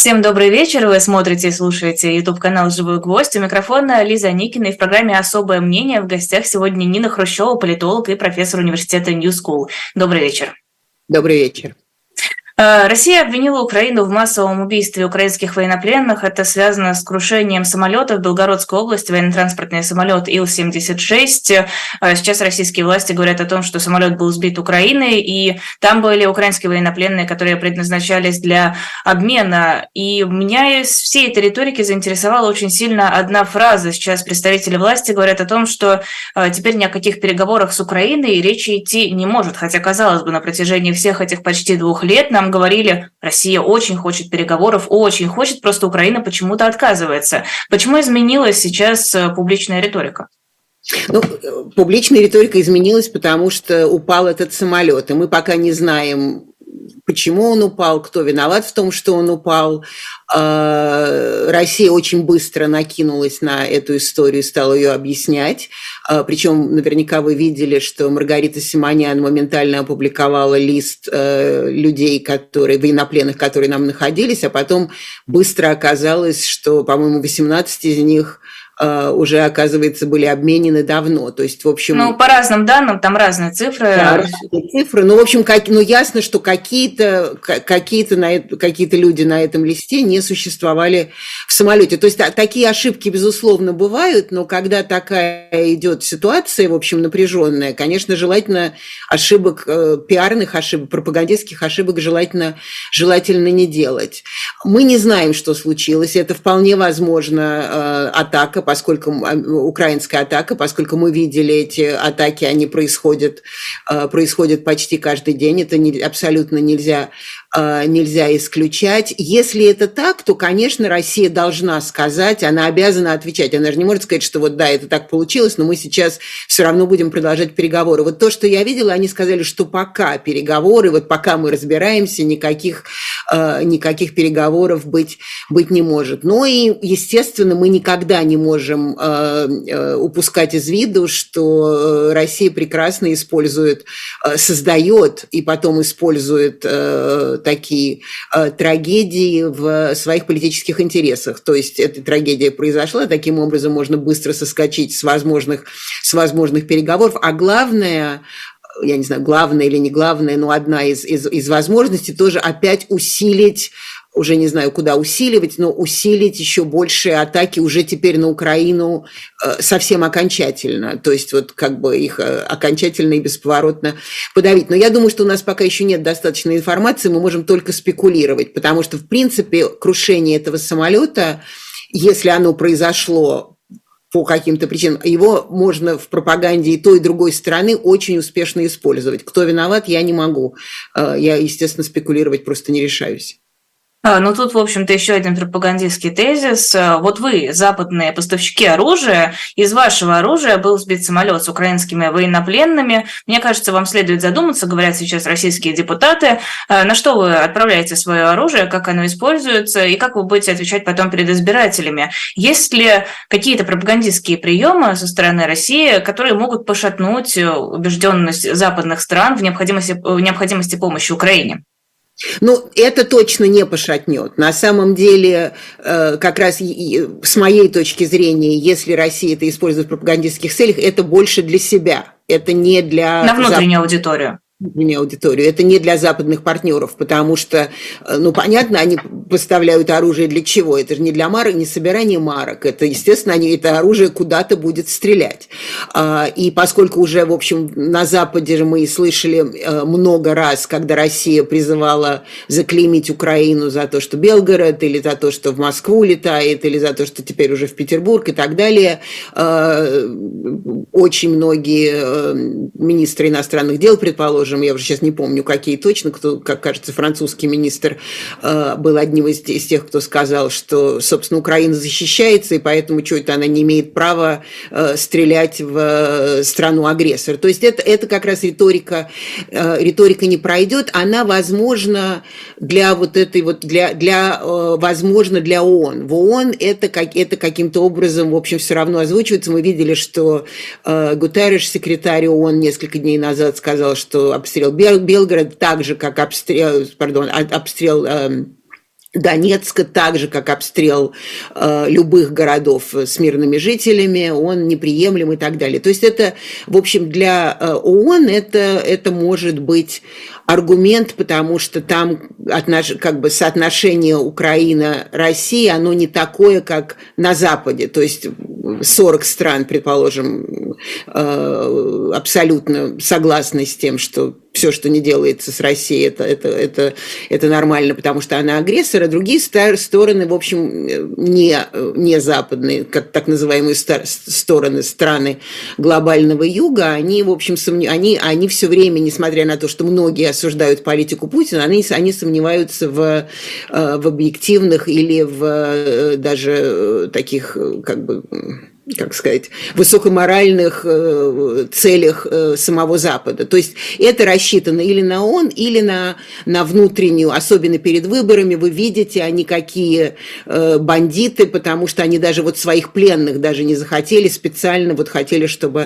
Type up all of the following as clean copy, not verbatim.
Всем добрый вечер. Вы смотрите и слушаете YouTube-канал «Живой гвоздь». У микрофона Лиза Никина. И в программе «Особое мнение» в гостях сегодня Нина Хрущева, политолог и профессор университета New School. Добрый вечер. Добрый вечер. Россия обвинила Украину в массовом убийстве украинских военнопленных. Это связано с крушением самолета в Белгородской области, военно-транспортный самолет Ил-76. Сейчас российские власти говорят о том, что самолет был сбит Украиной, и там были украинские военнопленные, которые предназначались для обмена. И меня из всей этой риторики заинтересовала очень сильно одна фраза. Сейчас представители власти говорят о том, что теперь ни о каких переговорах с Украиной речи идти не может. Хотя, казалось бы, на протяжении всех этих почти 2 лет нам говорили, Россия очень хочет переговоров, очень хочет, просто Украина почему-то отказывается. Почему изменилась сейчас публичная риторика? Публичная риторика изменилась, потому что упал этот самолет, и мы пока не знаем, почему он упал, кто виноват в том, что он упал. Россия очень быстро накинулась на эту историю и стала ее объяснять. Причем наверняка вы видели, что Маргарита Симонян моментально опубликовала лист людей, военнопленных, которые нам находились, а потом быстро оказалось, что, по-моему, 18 из них уже, оказывается, были обменены давно. То есть, в общем... по разным данным, там разные цифры. Да, разные цифры. В общем, ясно, что какие-то люди на этом листе не существовали в самолете. То есть, такие ошибки, безусловно, бывают, но когда такая идет ситуация, в общем, напряженная, конечно, желательно ошибок, пиарных ошибок, пропагандистских ошибок желательно не делать. Мы не знаем, что случилось. Это вполне возможно атака, украинская атака, поскольку мы видели эти атаки, они происходят почти каждый день, это абсолютно нельзя исключать. Если это так, то, конечно, Россия должна сказать, она обязана отвечать. Она же не может сказать, что это так получилось, но мы сейчас все равно будем продолжать переговоры. Вот то, что я видела, они сказали, что пока переговоры, пока мы разбираемся, никаких переговоров быть не может. Но и, естественно, мы никогда не можем упускать из виду, что Россия прекрасно создает и потом использует такие трагедии в своих политических интересах. То есть эта трагедия произошла, таким образом можно быстро соскочить с возможных переговоров. А главное, я не знаю, главное или не главное, но одна из возможностей тоже опять усилить, уже не знаю, куда усиливать, но усилить еще большие атаки уже теперь на Украину совсем окончательно. То есть их окончательно и бесповоротно подавить. Но я думаю, что у нас пока еще нет достаточной информации, мы можем только спекулировать, потому что, в принципе, крушение этого самолета, если оно произошло по каким-то причинам, его можно в пропаганде и той, и другой стороны очень успешно использовать. Кто виноват, я не могу. Я, естественно, спекулировать просто не решаюсь. Тут, в общем-то, еще один пропагандистский тезис. Вот вы, западные поставщики оружия, из вашего оружия был сбит самолет с украинскими военнопленными. Мне кажется, вам следует задуматься, говорят сейчас российские депутаты, на что вы отправляете свое оружие, как оно используется и как вы будете отвечать потом перед избирателями. Есть ли какие-то пропагандистские приемы со стороны России, которые могут пошатнуть убежденность западных стран в необходимости помощи Украине? Это точно не пошатнет. На самом деле, как раз с моей точки зрения, если Россия это использует в пропагандистских целях, это больше для себя. Это не для... На внутреннюю аудиторию. Это не для западных партнеров, потому что, понятно, они поставляют оружие для чего? Это же не для марок, не собирание марок. Это, естественно, это оружие куда-то будет стрелять. И поскольку уже, в общем, на Западе мы слышали много раз, когда Россия призывала заклеймить Украину за то, что Белгород, или за то, что в Москву летает, или за то, что теперь уже в Петербург и так далее, очень многие министры иностранных дел, предположим, я уже сейчас не помню, какие точно, как кажется, французский министр был одним из тех, кто сказал, что, собственно, Украина защищается, и поэтому что-то она не имеет права стрелять в страну-агрессор. То есть это как раз риторика не пройдет, она возможна для возможно, для ООН. В ООН это каким-то образом, в общем, все равно озвучивается. Мы видели, что Гутерриш, секретарь ООН, несколько дней назад сказал, что обстрел Белгорода, так же, как обстрел Донецка, так же, как обстрел любых городов с мирными жителями, он неприемлем и так далее. То есть это, в общем, для ООН это может быть аргумент, потому что там как бы соотношение Украина-Россия, оно не такое, как на Западе. То есть 40 стран, предположим, абсолютно согласны с тем, что все, что не делается с Россией, это нормально, потому что она агрессор, а другие стороны, в общем, не западные, как так называемые стороны, страны глобального юга, они, в общем, они все время, несмотря на то, что многие осуждают политику Путина, они сомневаются в объективных или в даже таких, как сказать, высокоморальных целях самого Запада. То есть это рассчитано или на ООН, или на внутреннюю, особенно перед выборами. Вы видите, они какие бандиты, потому что они даже вот своих пленных даже не захотели, специально вот хотели, чтобы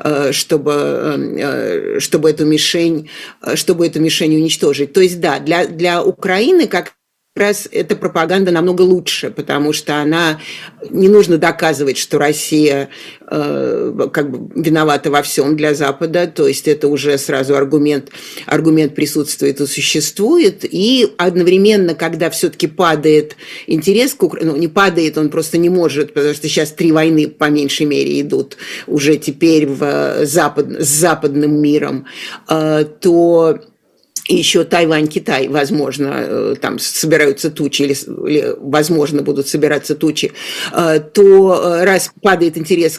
эту мишень уничтожить. То есть да, для Украины как раз эта пропаганда намного лучше, потому что не нужно доказывать, что Россия как бы виновата во всем для Запада, то есть это уже сразу аргумент присутствует и существует, и одновременно, когда все-таки падает интерес к Украине, не падает, он просто не может, потому что сейчас 3 войны по меньшей мере идут уже теперь с западным миром, то и еще Тайвань, Китай, возможно, там собираются тучи или возможно, будут собираться тучи, то раз падает интерес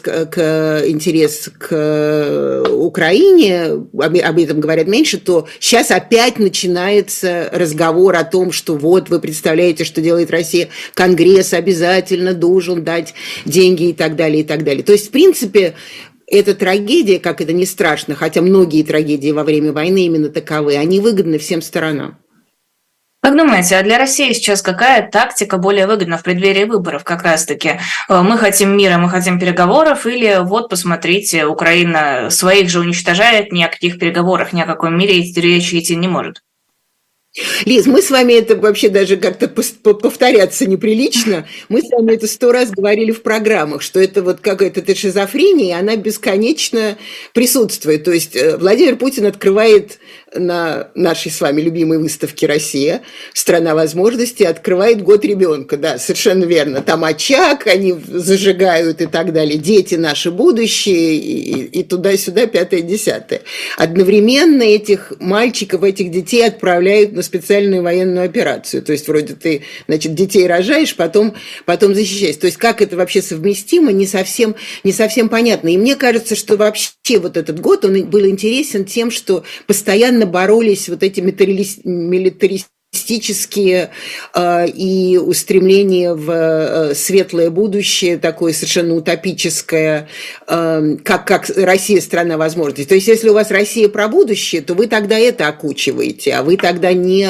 к Украине, об этом говорят меньше, то сейчас опять начинается разговор о том, что вот вы представляете, что делает Россия, Конгресс обязательно должен дать деньги и так далее, и так далее. То есть, в принципе, эта трагедия, как это не страшно, хотя многие трагедии во время войны именно таковы, они выгодны всем сторонам. Как думаете, а для России сейчас какая тактика более выгодна в преддверии выборов как раз-таки? Мы хотим мира, мы хотим переговоров, или вот, посмотрите, Украина своих же уничтожает, ни о каких переговорах, ни о каком мире речи идти не может? Лиз, мы с вами это вообще даже как-то повторяться неприлично. Мы с вами это 100 раз говорили в программах, что это вот какая-то шизофрения, и она бесконечно присутствует. То есть Владимир Путин открывает на нашей с вами любимой выставке «Россия. Страна возможностей», открывает год ребенка. Да, совершенно верно. Там очаг, они зажигают и так далее. Дети – наше будущее, и туда-сюда, 5-10. Одновременно этих мальчиков, этих детей отправляют на специальную военную операцию. То есть вроде ты, значит, детей рожаешь, потом защищаешь. То есть как это вообще совместимо, не совсем понятно. И мне кажется, что вообще вот этот год, он был интересен тем, что постоянно боролись вот эти милитаристические и устремления в светлое будущее, такое совершенно утопическое, как Россия – страна возможностей. То есть если у вас Россия про будущее, то вы тогда это окучиваете, а вы тогда не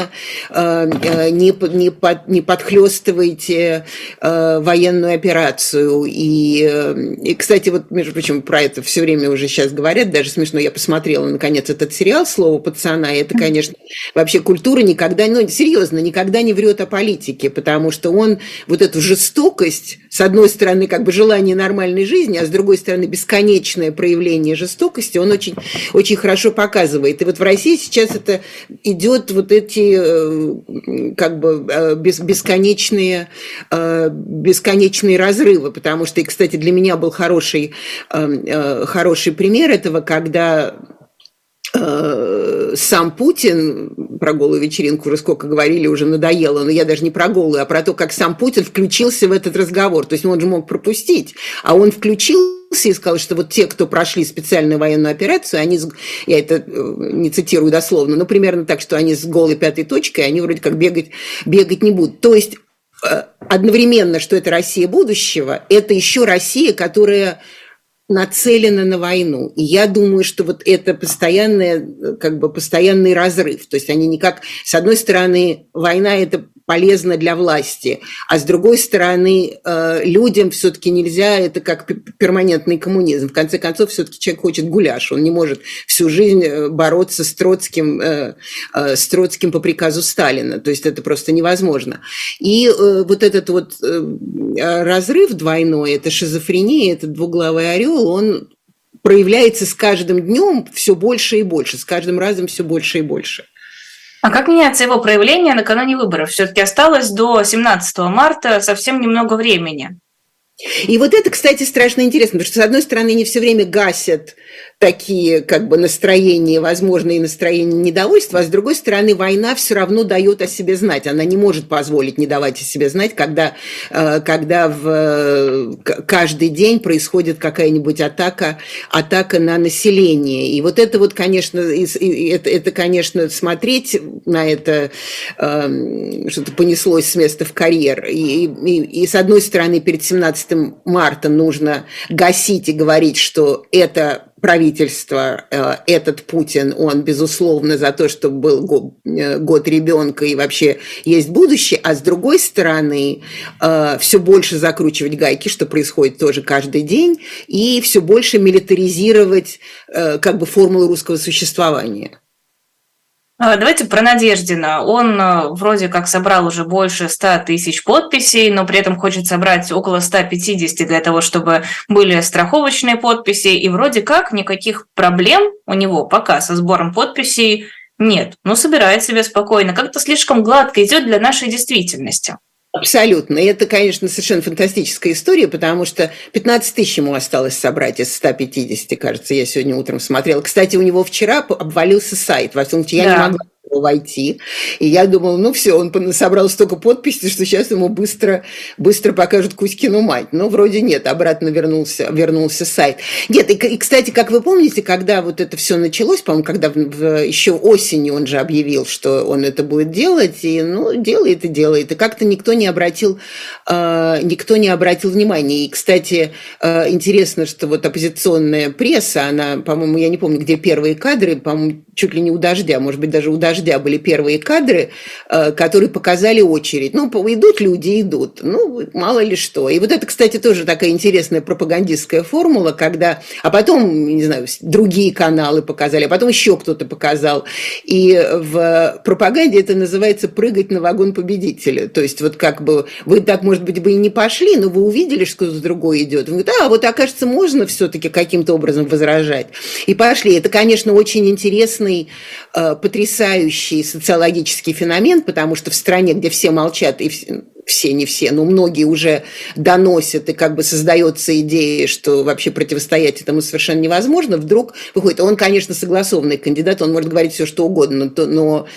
подхлёстываете военную операцию. И, кстати, вот, между прочим, про это все время уже сейчас говорят, даже смешно, я посмотрела, наконец, этот сериал «Слово пацана», и это, конечно, вообще культура никогда, серьезно, никогда не врет о политике, потому что он вот эту жестокость, с одной стороны, как бы желание нормальной жизни, а с другой стороны, бесконечное проявление жестокости, он очень, очень хорошо показывает. И вот в России сейчас это идет вот эти как бы бесконечные разрывы, потому что, и, кстати, для меня был хороший пример этого, когда сам Путин, про голую вечеринку уже сколько говорили, уже надоело, но я даже не про голую, а про то, как сам Путин включился в этот разговор. То есть он же мог пропустить, а он включился и сказал, что вот те, кто прошли специальную военную операцию, они, я это не цитирую дословно, но примерно так, что они с голой 5-й точкой, они вроде как бегать не будут. То есть одновременно, что это Россия будущего, это еще Россия, которая нацелена на войну. И я думаю, что вот это постоянный разрыв. То есть они никак... С одной стороны, война – это полезно для власти. А с другой стороны, людям все-таки нельзя, это как перманентный коммунизм. В конце концов, все-таки человек хочет гуляш, он не может всю жизнь бороться с Троцким по приказу Сталина. То есть это просто невозможно. И вот этот вот разрыв двойной, это шизофрения, этот двуглавый орел, он проявляется с каждым днем все больше и больше, с каждым разом все больше и больше. А как меняется его проявление накануне выборов? Все-таки осталось до 17 марта совсем немного времени. И вот это, кстати, страшно интересно, потому что, с одной стороны, не все время гасят такие как бы настроения, возможные настроения недовольства, а с другой стороны, война все равно дает о себе знать. Она не может позволить не давать о себе знать, когда каждый день происходит какая-нибудь атака на население. И вот это вот, конечно, это, конечно, смотреть на это, что-то понеслось с места в карьер. И с одной стороны, перед 17 марта нужно гасить и говорить, что это правительство, этот Путин, он, безусловно, за то, чтобы был год ребенка и вообще есть будущее, а с другой стороны, все больше закручивать гайки, что происходит тоже каждый день, и все больше милитаризировать как бы формулу русского существования. Давайте про Надеждина. Он вроде как собрал уже больше 100 тысяч подписей, но при этом хочет собрать около 150 для того, чтобы были страховочные подписи. И вроде как никаких проблем у него пока со сбором подписей нет. Но собирает себе спокойно. Как-то слишком гладко идет для нашей действительности. Абсолютно. И это, конечно, совершенно фантастическая история, потому что 15 тысяч ему осталось собрать из 150, кажется, я сегодня утром смотрела. Кстати, у него вчера обвалился сайт. Во всяком случае, я не могла войти. И я думала, ну все, он собрал столько подписей, что сейчас ему быстро покажут Кузькину мать. Но вроде нет, обратно вернулся сайт. Нет, и, кстати, как вы помните, когда вот это все началось, по-моему, когда еще осенью он же объявил, что он это будет делать, и делает и делает. И как-то никто не обратил внимания. И, кстати, интересно, что вот оппозиционная пресса, она, по-моему, я не помню, где первые кадры, по-моему, чуть ли не у «Дождя», может быть, даже у «Дождя» были первые кадры, которые показали очередь. Идут люди, идут. Мало ли что. И вот это, кстати, тоже такая интересная пропагандистская формула, когда... А потом, не знаю, другие каналы показали, а потом еще кто-то показал. И в пропаганде это называется «прыгать на вагон победителя». То есть вот как бы вы так, может быть, бы и не пошли, но вы увидели, что кто-то другой идет. Вы говорите, вот, окажется, можно все-таки каким-то образом возражать. И пошли. Это, конечно, очень интересный, потрясающий социологический феномен, потому что в стране, где все молчат, и все, не все, но многие уже доносят, и как бы создается идея, что вообще противостоять этому совершенно невозможно, вдруг выходит, он, конечно, согласованный кандидат, он может говорить все, что угодно, но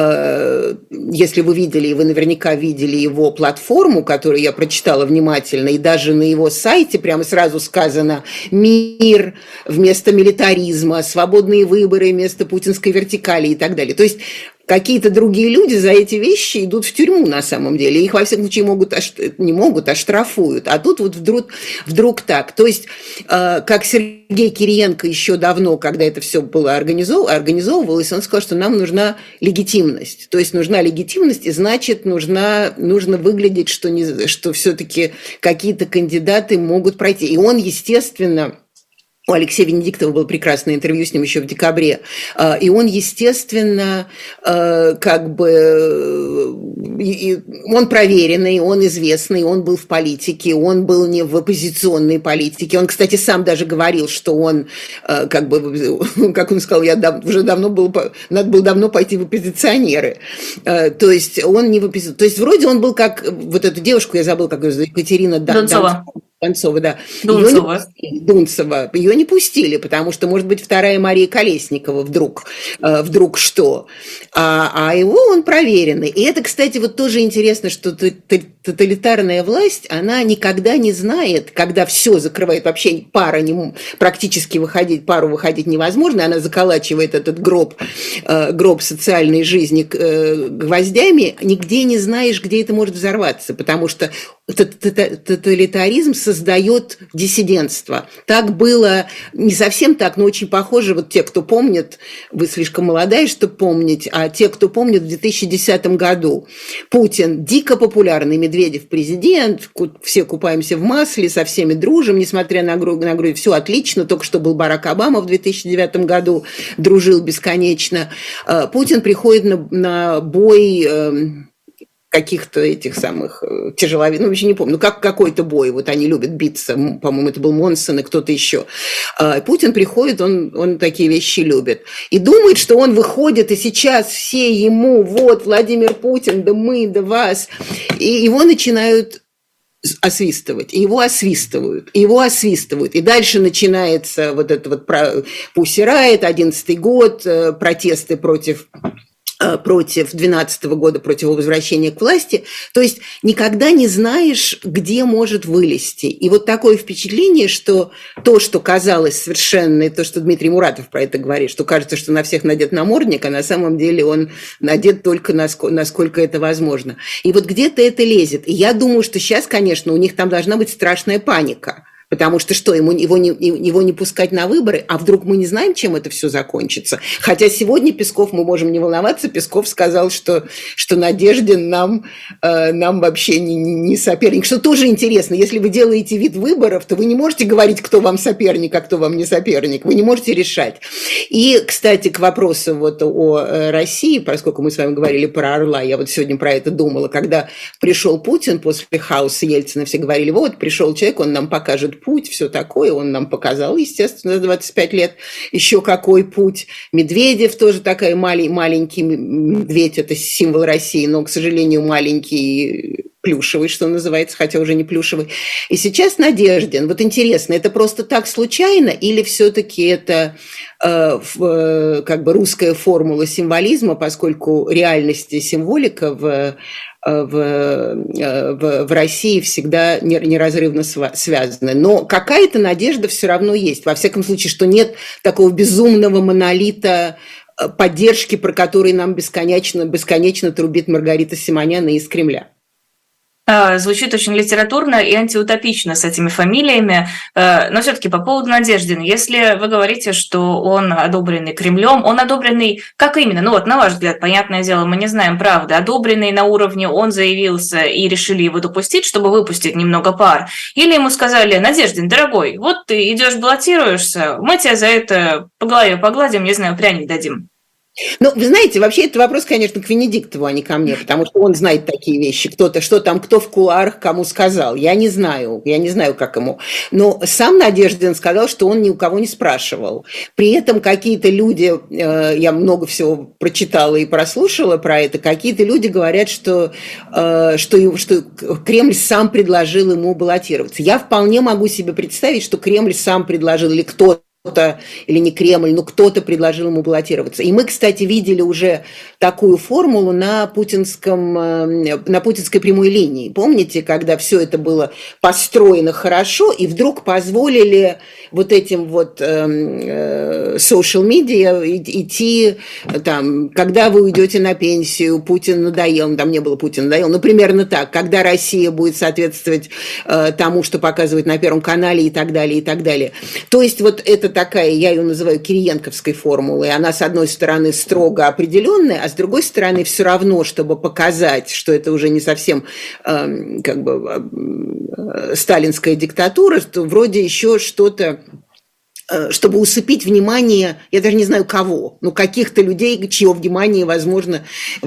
если вы видели, и вы наверняка видели его платформу, которую я прочитала внимательно, и даже на его сайте прямо сразу сказано «мир» вместо милитаризма, свободные выборы вместо путинской вертикали и так далее. То есть какие-то другие люди за эти вещи идут в тюрьму на самом деле. Их, во всяком случае, не могут, а штрафуют. А тут вот вдруг так. То есть, как Сергей Кириенко еще давно, когда это все было организовывалось, он сказал, что нам нужна легитимность. То есть, нужна легитимность, и значит, нужно выглядеть, что все-таки какие-то кандидаты могут пройти. И он, естественно... У Алексея Венедиктова было прекрасное интервью с ним еще в декабре. И он, естественно, как бы... Он проверенный, он известный, он был в политике, он был не в оппозиционной политике. Он, кстати, сам даже говорил, что он, как бы, как он сказал, надо было давно пойти в оппозиционеры. То есть он не в оппозиционной... То есть вроде он был как... Вот эту девушку, я забыла, как ее зовут, Екатерина Донцова, да. Дунцева. Ее не пустили, потому что, может быть, вторая Мария Колесникова вдруг что. А его он проверенный. И это, кстати, вот тоже интересно, что тоталитарная власть, она никогда не знает, когда все закрывает, вообще практически пару выходить невозможно, она заколачивает этот гроб социальной жизни гвоздями, нигде не знаешь, где это может взорваться, потому что тоталитаризм создает диссидентство. Так было, не совсем так, но очень похоже, вот те, кто помнит, вы слишком молодая, чтобы помнить, а те, кто помнит, в 2010 году Путин дико популярный, Медведев президент, все купаемся в масле, со всеми дружим, несмотря на грудь, все отлично, только что был Барак Обама в 2009 году, дружил бесконечно. Путин приходит на бой каких-то этих самых тяжеловесных, ну, вообще не помню, ну, какой-то бой, вот они любят биться, по-моему, это был Монсон и кто-то еще. Путин приходит, он такие вещи любит. И думает, что он выходит, и сейчас все ему, вот, Владимир Путин, да мы, да вас. И его начинают освистывать, и его освистывают, и его освистывают. И дальше начинается вот это вот Pussy Riot, 11-й год, протесты против 2012 года, против его возвращения к власти. То есть никогда не знаешь, где может вылезти. И вот такое впечатление, что то, что казалось совершенно, и то, что Дмитрий Муратов про это говорит, что кажется, что на всех надет намордник, а на самом деле он надет только насколько это возможно. И вот где-то это лезет. И я думаю, что сейчас, конечно, у них там должна быть страшная паника. Потому что его не пускать на выборы, а вдруг мы не знаем, чем это все закончится. Хотя сегодня Песков, мы можем не волноваться, Песков сказал, что Надеждин нам вообще не соперник. Что тоже интересно, если вы делаете вид выборов, то вы не можете говорить, кто вам соперник, а кто вам не соперник. Вы не можете решать. И, кстати, к вопросу вот о России, поскольку мы с вами говорили про Орла, я вот сегодня про это думала, когда пришел Путин после хаоса Ельцина, все говорили, вот пришел человек, он нам покажет путь, все такое, он нам показал, естественно, за 25 лет еще какой путь. Медведев тоже такой маленький медведь, это символ России, но, к сожалению, маленький плюшевый, что называется, хотя уже не плюшевый. И сейчас Надеждин. Вот интересно, это просто так случайно или все-таки это как бы русская формула символизма, поскольку реальность и символика в России всегда неразрывно связаны. Но какая-то надежда все равно есть. Во всяком случае, что нет такого безумного монолита поддержки, про который нам бесконечно трубит Маргарита Симоняна из Кремля. Звучит очень литературно и антиутопично с этими фамилиями, но все-таки по поводу Надеждина, если вы говорите, что он одобренный Кремлем, он одобренный, как именно? Ну вот, на ваш взгляд, понятное дело, мы не знаем правды, одобренный на уровне, он заявился и решили его допустить, чтобы выпустить немного пар, или ему сказали, Надеждин, дорогой, вот ты идешь баллотируешься, мы тебя за это по голове погладим, не знаю, пряник дадим. Ну, вы знаете, вообще это вопрос, конечно, к Венедиктову, а не ко мне, потому что он знает такие вещи. Кто в кулуарах кому сказал. Я не знаю, как ему. Но сам Надеждин сказал, что он ни у кого не спрашивал. При этом какие-то люди, я много всего прочитала и прослушала про это, какие-то люди говорят, что Кремль сам предложил ему баллотироваться. Я вполне могу себе представить, что Кремль сам предложил или кто-то, или не Кремль, но кто-то предложил ему баллотироваться. И мы, кстати, видели уже такую формулу на путинской прямой линии. Помните, когда все это было построено хорошо, и вдруг позволили вот этим вот social media идти, там, когда вы уйдете на пенсию, Путин надоел, там не было Путин надоел, но примерно так, когда Россия будет соответствовать тому, что показывает на Первом канале и так далее, и так далее. То есть вот это такая, я ее называю кириенковской формулой, она с одной стороны строго определенная, а с другой стороны все равно, чтобы показать, что это уже не совсем как бы сталинская диктатура, что вроде еще что-то, чтобы усыпить внимание, я даже не знаю кого, но каких-то людей, чье внимание, возможно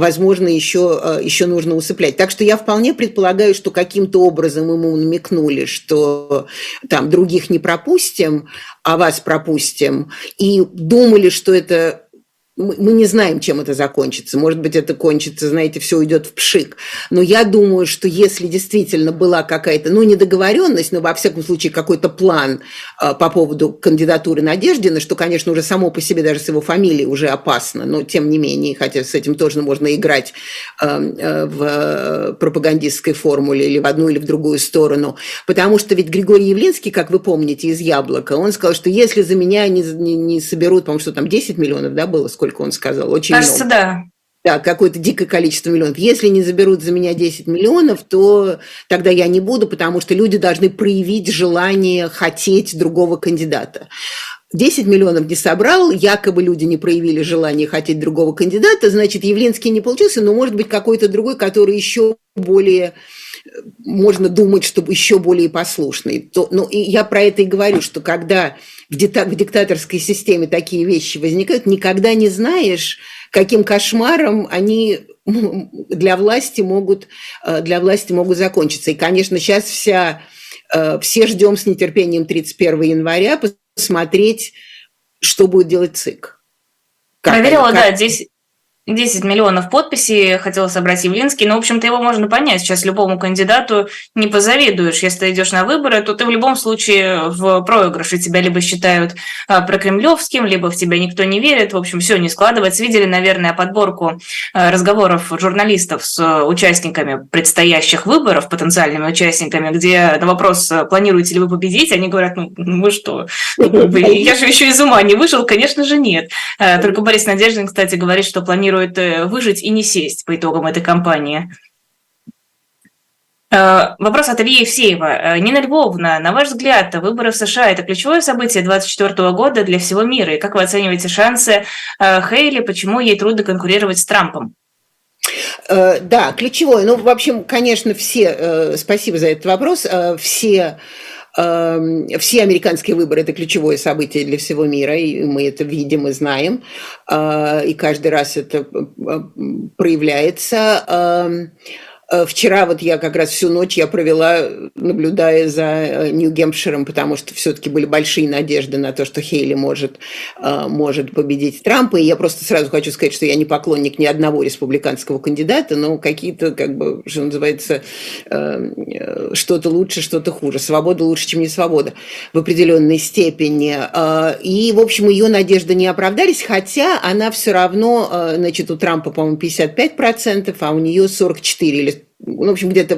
еще нужно усыплять. Так что я вполне предполагаю, что каким-то образом ему намекнули, что там других не пропустим, а вас пропустим, и думали, что это... Мы не знаем, чем это закончится. Может быть, это кончится, знаете, все уйдет в пшик. Но я думаю, что если действительно была какая-то, недоговоренность, но во всяком случае какой-то план по поводу кандидатуры Надеждина, что, конечно, уже само по себе даже с его фамилией уже опасно, но тем не менее, хотя с этим тоже можно играть в пропагандистской формуле или в одну, или в другую сторону. Потому что ведь Григорий Явлинский, как вы помните, из «Яблока», он сказал, что если за меня не соберут, по-моему, что там 10 миллионов, да, было, сколько он сказал, очень Кажется, много. да. Да, какое-то дикое количество миллионов. Если не заберут за меня 10 миллионов, то тогда я не буду, потому что люди должны проявить желание хотеть другого кандидата. 10 миллионов не собрал, якобы люди не проявили желание хотеть другого кандидата, значит, Явлинский не получился, но может быть какой-то другой, который еще более, можно думать, чтобы еще более послушный. Ну, и я про это и говорю, что когда в диктаторской системе такие вещи возникают, никогда не знаешь, каким кошмаром они для власти могут закончиться. И, конечно, сейчас все ждем с нетерпением 31 января посмотреть, что будет делать ЦИК. Проверила, да, 10 миллионов подписей хотел собрать Явлинский, но, в общем-то, его можно понять. Сейчас любому кандидату не позавидуешь. Если ты идешь на выборы, то ты в любом случае в проигрыше. Тебя либо считают прокремлевским, либо в тебя никто не верит. В общем, все не складывается. Видели, наверное, подборку разговоров журналистов с участниками предстоящих выборов, потенциальными участниками, где на вопрос, планируете ли вы победить, они говорят, ну вы что? Я же еще из ума не вышел, конечно же, нет. Только Борис Надеждин, кстати, говорит, что планирует выжить и не сесть по итогам этой кампании. Вопрос от Ильи Евсеева. Нина Львовна, на ваш взгляд, выборы в США – это ключевое событие 2024 года для всего мира? И как вы оцениваете шансы Хейли? Почему ей трудно конкурировать с Трампом? Да, ключевое. Ну, в общем, конечно, спасибо за этот вопрос, все американские выборы – это ключевое событие для всего мира, и мы это видим и знаем, и каждый раз это проявляется. Вчера вот я как раз всю ночь я провела, наблюдая за Нью-Гэмпширом, потому что все-таки были большие надежды на то, что Хейли может победить Трампа. И я просто сразу хочу сказать, что я не поклонник ни одного республиканского кандидата, но какие-то, как бы, что называется, что-то лучше, что-то хуже. Свобода лучше, чем не свобода в определенной степени. И, в общем, ее надежды не оправдались, хотя она все равно, значит, у Трампа, по-моему, 55%, а у нее 44% или в общем, где-то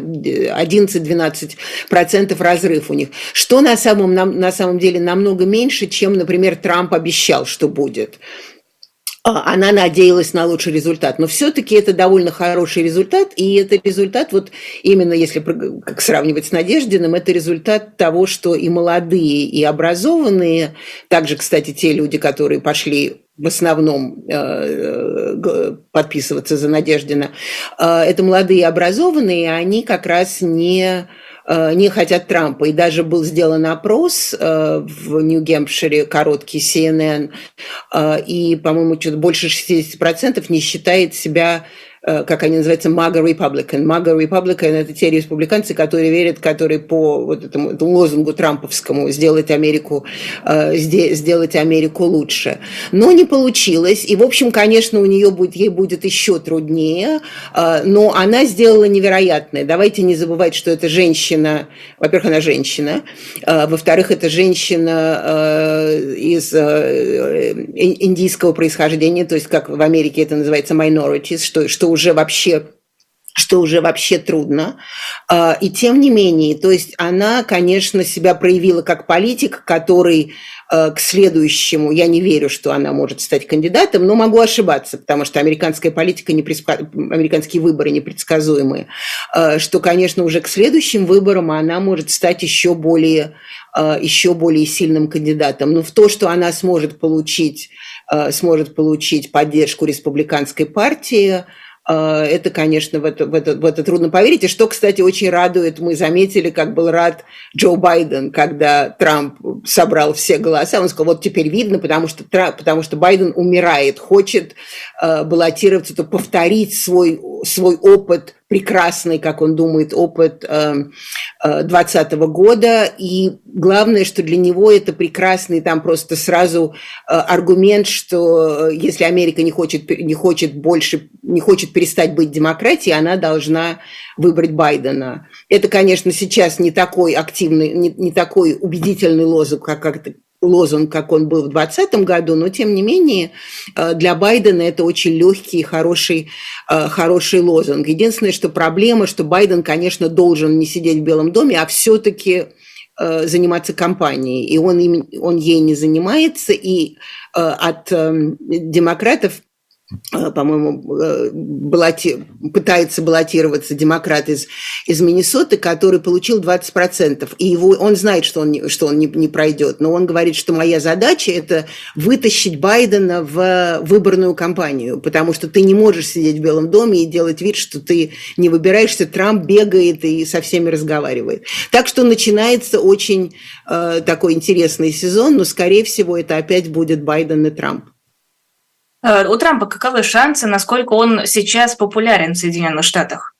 11-12% разрыв у них, что на самом деле намного меньше, чем, например, Трамп обещал, что будет. Она надеялась на лучший результат, но все-таки это довольно хороший результат, и это результат, вот именно если как сравнивать с Надеждиным, это результат того, что и молодые, и образованные, также, кстати, те люди, которые пошли в основном подписываться за Надеждина, это молодые и образованные, они как раз не хотят Трампа. И даже был сделан опрос в Нью-Гэмпшире, короткий, CNN, и, по-моему, что-то больше 60% не считает себя, как они называются, MAGA Republican. MAGA Republican – это те республиканцы, которые верят, которые по вот этому лозунгу трамповскому сделать Америку лучше. Но не получилось. И, в общем, конечно, ей будет еще труднее, но она сделала невероятное. Давайте не забывать, что это женщина. Во-первых, она женщина. Во-вторых, это женщина из индийского происхождения, то есть, как в Америке это называется, minorities, что уже вообще трудно. И тем не менее, то есть она, конечно, себя проявила как политик, который к следующему, я не верю, что она может стать кандидатом, но могу ошибаться, потому что американская политика, американские выборы непредсказуемые, что, конечно, уже к следующим выборам она может стать еще более сильным кандидатом. Но в то, что она сможет получить поддержку республиканской партии, это, конечно, в это трудно поверить. И что, кстати, очень радует, мы заметили, как был рад Джо Байден, когда Трамп собрал все голоса. Он сказал, вот теперь видно, потому что Байден умирает, хочет баллотироваться, то повторить свой опыт, прекрасный, как он думает, опыт 2020 года. И главное, что для него это прекрасный там просто сразу аргумент, что если Америка не хочет перестать быть демократией, она должна выбрать Байдена. Это, конечно, сейчас не такой активный, не такой убедительный лозунг, как он был в 2020 году, но, тем не менее, для Байдена это очень легкий и хороший лозунг. Единственное, что проблема, что Байден, конечно, должен не сидеть в Белом доме, а все-таки заниматься кампанией. И он ей не занимается, и от демократов по-моему, пытается баллотироваться демократ из Миннесоты, который получил 20%. И он знает, что он не пройдет, но он говорит, что моя задача – это вытащить Байдена в выборную кампанию, потому что ты не можешь сидеть в Белом доме и делать вид, что ты не выбираешься. Трамп бегает и со всеми разговаривает. Так что начинается очень такой интересный сезон, но, скорее всего, это опять будет Байден и Трамп. У Трампа каковы шансы, насколько он сейчас популярен в Соединенных Штатах?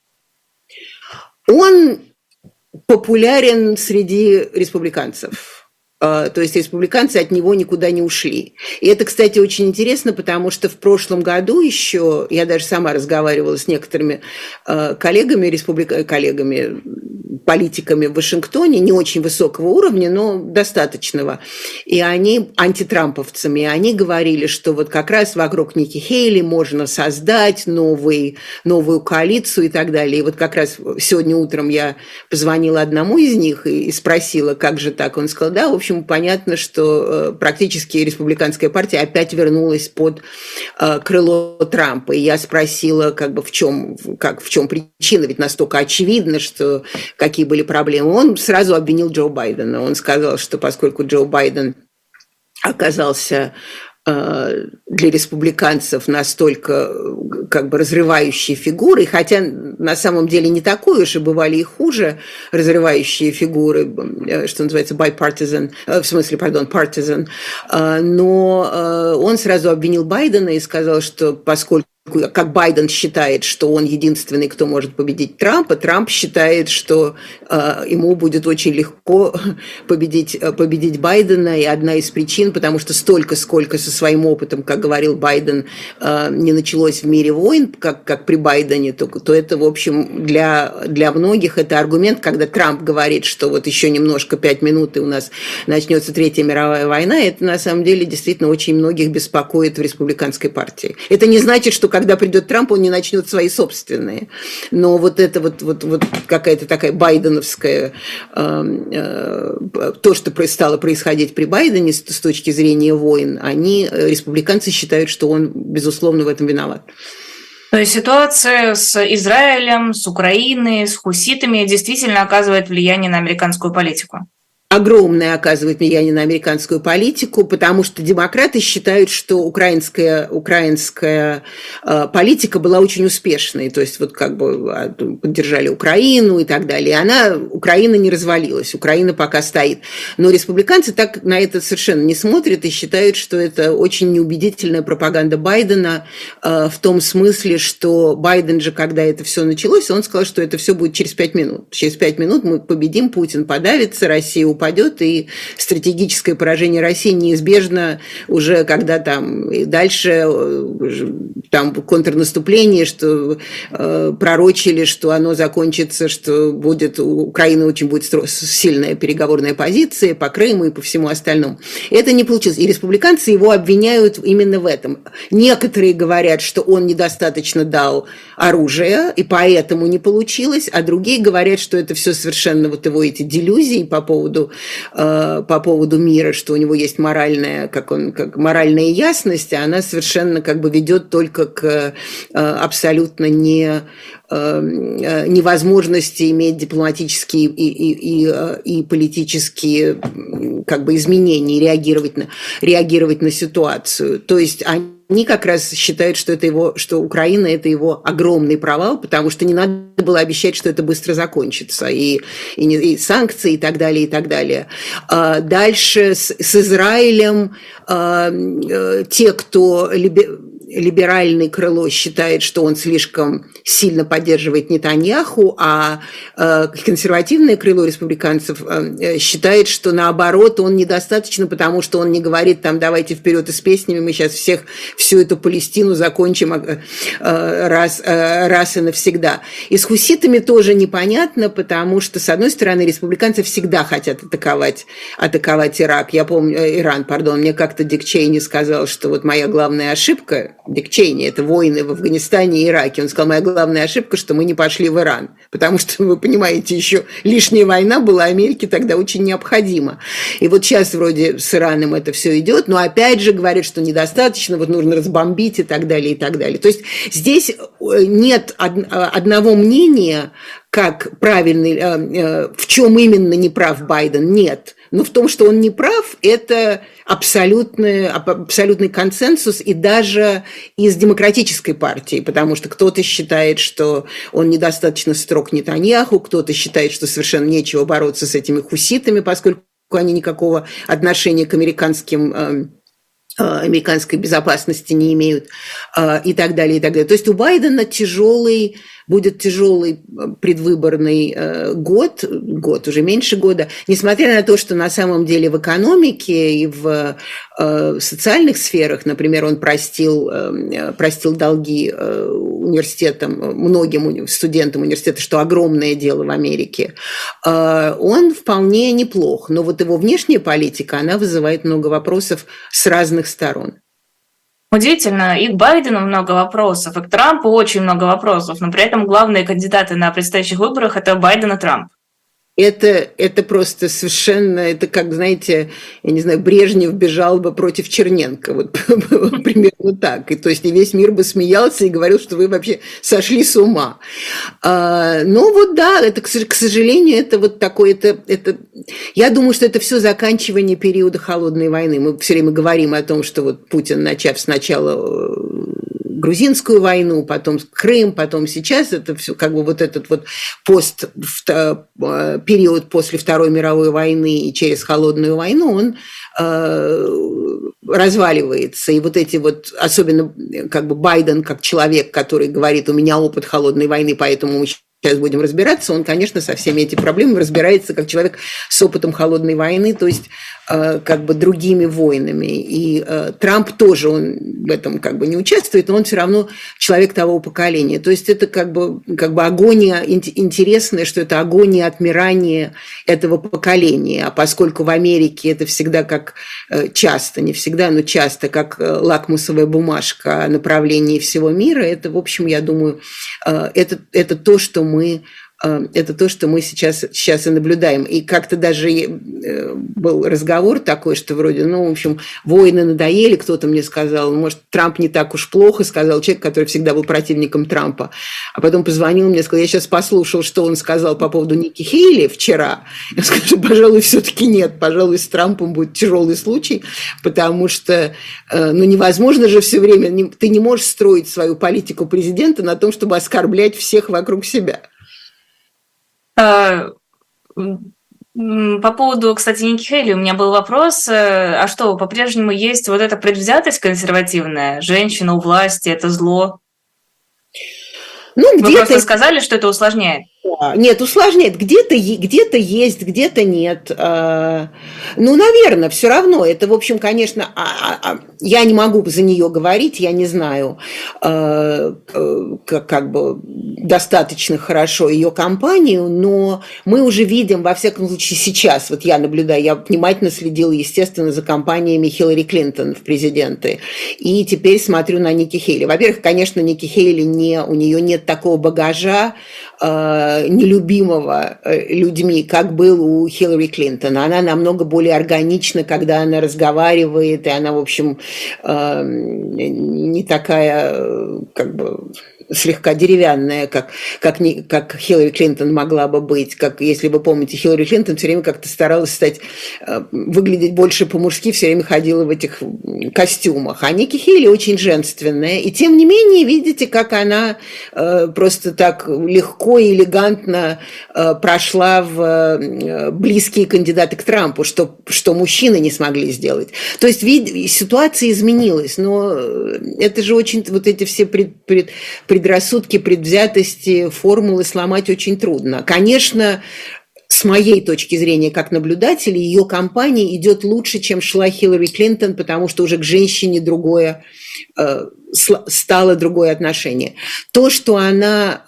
Он популярен среди республиканцев. То есть республиканцы от него никуда не ушли. И это, кстати, очень интересно, потому что в прошлом году еще, я даже сама разговаривала с некоторыми коллегами, политиками в Вашингтоне, не очень высокого уровня, но достаточного. И они антитрамповцами. И они говорили, что вот как раз вокруг Ники Хейли можно создать новую коалицию и так далее. И вот как раз сегодня утром я позвонила одному из них и спросила, как же так. Он сказал, да, в общем, понятно, что практически республиканская партия опять вернулась под крыло Трампа. И я спросила, в чем причина, ведь настолько очевидно, что какие были проблемы. Он сразу обвинил Джо Байдена. Он сказал, что поскольку Джо Байден оказался для республиканцев настолько разрывающей фигурой, хотя на самом деле не такой уж, и бывали и хуже разрывающие фигуры, что называется partisan, но он сразу обвинил Байдена и сказал, что поскольку как Байден считает, что он единственный, кто может победить Трампа, Трамп считает, что ему будет очень легко победить Байдена, и одна из причин, потому что сколько со своим опытом, как говорил Байден, не началось в мире войн, как при Байдене, то это, в общем, для многих это аргумент, когда Трамп говорит, что вот еще немножко 5 минут, и у нас начнется Третья мировая война, это на самом деле действительно очень многих беспокоит в республиканской партии. Это не значит, что когда придет Трамп, он не начнет свои собственные. Но вот это вот какая-то такая байденовская, то, что стало происходить при Байдене с точки зрения войн, республиканцы считают, что он, безусловно, в этом виноват. То есть ситуация с Израилем, с Украиной, с хуситами действительно оказывает влияние на американскую политику? Огромное оказывает влияние на американскую политику, потому что демократы считают, что украинская политика была очень успешной, то есть поддержали Украину и так далее. И Украина не развалилась, Украина пока стоит. Но республиканцы так на это совершенно не смотрят и считают, что это очень неубедительная пропаганда Байдена в том смысле, что Байден же, когда это все началось, он сказал, что это все будет через 5 минут. Через 5 минут мы победим, Путин подавится, Россия упадет, и стратегическое поражение России неизбежно уже, когда там и дальше там контрнаступление, что пророчили, что оно закончится, что будет у Украины очень будет сильная переговорная позиция по Крыму и по всему остальному. Это не получилось. И республиканцы его обвиняют именно в этом. Некоторые говорят, что он недостаточно дал оружия, и поэтому не получилось, а другие говорят, что это все совершенно его эти делюзии по поводу мира, что у него есть моральная ясность, а она совершенно ведет только к абсолютно невозможности иметь дипломатические и политические изменения, реагировать на ситуацию. То есть они как раз считают, что Украина – это его огромный провал, потому что не надо было обещать, что это быстро закончится, и санкции, и так далее, и так далее. Дальше с Израилем те, кто либеральное крыло считает, что он слишком сильно поддерживает Нетаньяху, а консервативное крыло республиканцев считает, что наоборот он недостаточно, потому что он не говорит давайте вперед и с песнями, мы сейчас всю эту Палестину закончим раз и навсегда. И с хуситами тоже непонятно, потому что, с одной стороны, республиканцы всегда хотят атаковать Иран. Мне как-то Дик Чейни сказал, что вот моя главная ошибка Дик Чейни, это войны в Афганистане и Ираке. Он сказал, моя главная ошибка, что мы не пошли в Иран, потому что, вы понимаете, еще лишняя война была Америке тогда очень необходима. И вот сейчас вроде с Ираном это все идет, но опять же говорят, что недостаточно, вот нужно разбомбить и так далее, и так далее. То есть здесь нет одного мнения, как правильный, в чем именно не прав Байден, нет. Но в том, что он не прав, это абсолютный консенсус и даже из демократической партии, потому что кто-то считает, что он недостаточно строг Нетаньяху, кто-то считает, что совершенно нечего бороться с этими хуситами, поскольку они никакого отношения к американской безопасности не имеют, и так далее, и так далее. То есть у Байдена будет тяжелый предвыборный год, уже меньше года, несмотря на то, что на самом деле в экономике и в социальных сферах, например, он простил долги университетам, многим студентам университета, что огромное дело в Америке, он вполне неплох. Но вот его внешняя политика, она вызывает много вопросов с разных сторон. Удивительно, и к Байдену много вопросов, и к Трампу очень много вопросов, но при этом главные кандидаты на предстоящих выборах – это Байден и Трамп. Это просто совершенно, это как, знаете, я не знаю, Брежнев бежал бы против Черненко, вот примерно так. И то есть и весь мир бы смеялся и говорил, что вы вообще сошли с ума. Но вот да, это, к сожалению, это вот такое, я думаю, что это все заканчивание периода холодной войны. Мы все время говорим о том, что вот Путин, начав сначала грузинскую войну, потом Крым, потом сейчас, это все как бы вот этот вот период после Второй мировой войны и через холодную войну, он разваливается. И вот эти вот, особенно как бы Байден, как человек, который говорит, у меня опыт холодной войны, поэтому мы сейчас будем разбираться, он, конечно, со всеми этими проблемами разбирается как человек с опытом холодной войны, то есть как бы другими войнами. И Трамп тоже, он в этом как бы не участвует, но он все равно человек того поколения. То есть это как бы агония, интересное, что это агония отмирания этого поколения. А поскольку в Америке это всегда как часто, не всегда, но часто, как лакмусовая бумажка о направлении всего мира, это, в общем, я думаю, это то, что мы сейчас и наблюдаем. И как-то даже был разговор такой, что вроде, в общем, войны надоели, кто-то мне сказал, может, Трамп не так уж плохо, сказал человек, который всегда был противником Трампа. А потом позвонил мне, сказал, я сейчас послушал, что он сказал по поводу Ники Хейли вчера. Я скажу, пожалуй, все-таки нет, пожалуй, с Трампом будет тяжелый случай, потому что, невозможно же все время, ты не можешь строить свою политику президента на том, чтобы оскорблять всех вокруг себя. По поводу, кстати, Ники Хейли у меня был вопрос, а что, по-прежнему есть вот эта предвзятость консервативная? Женщина у власти – это зло? Вы просто сказали, что это усложняет. Нет, усложняет. Где-то есть, где-то нет. Наверное, все равно. Это, в общем, конечно, я не могу за нее говорить, я не знаю, как бы достаточно хорошо ее кампанию, но мы уже видим, во всяком случае, сейчас, вот я наблюдаю, я внимательно следила, естественно, за кампаниями Хиллари Клинтон в президенты, и теперь смотрю на Ники Хейли. Во-первых, конечно, Ники Хейли у нее нет такого багажа, нелюбимого людьми, как был у Хиллари Клинтон. Она намного более органична, когда она разговаривает, и она, в общем, не такая, как бы, слегка деревянная, как Хиллари Клинтон могла бы быть. Как, если вы помните, Хиллари Клинтон все время как-то старалась выглядеть больше по-мужски, все время ходила в этих костюмах. А Ники Хейли очень женственная. И тем не менее, видите, как она просто так легко и элегантно прошла в близкие кандидаты к Трампу, что мужчины не смогли сделать. То есть ситуация изменилась, но это же очень, вот эти все предрассудки, предвзятости, формулы сломать очень трудно. Конечно, с моей точки зрения, как наблюдателя, ее кампания идет лучше, чем шла Хиллари Клинтон, потому что уже к женщине стало другое отношение. То, что она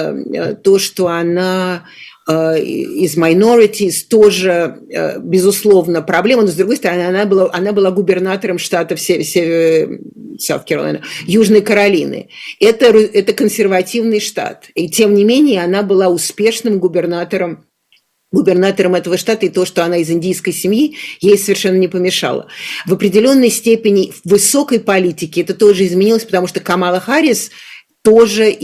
из minorities, тоже, безусловно, проблема, но, с другой стороны, она была губернатором штата South Carolina, Южной Каролины. Это консервативный штат. И тем не менее она была успешным губернатором этого штата, и то, что она из индийской семьи, ей совершенно не помешало. В определенной степени в высокой политике это тоже изменилось, потому что Камала Харрис тоже у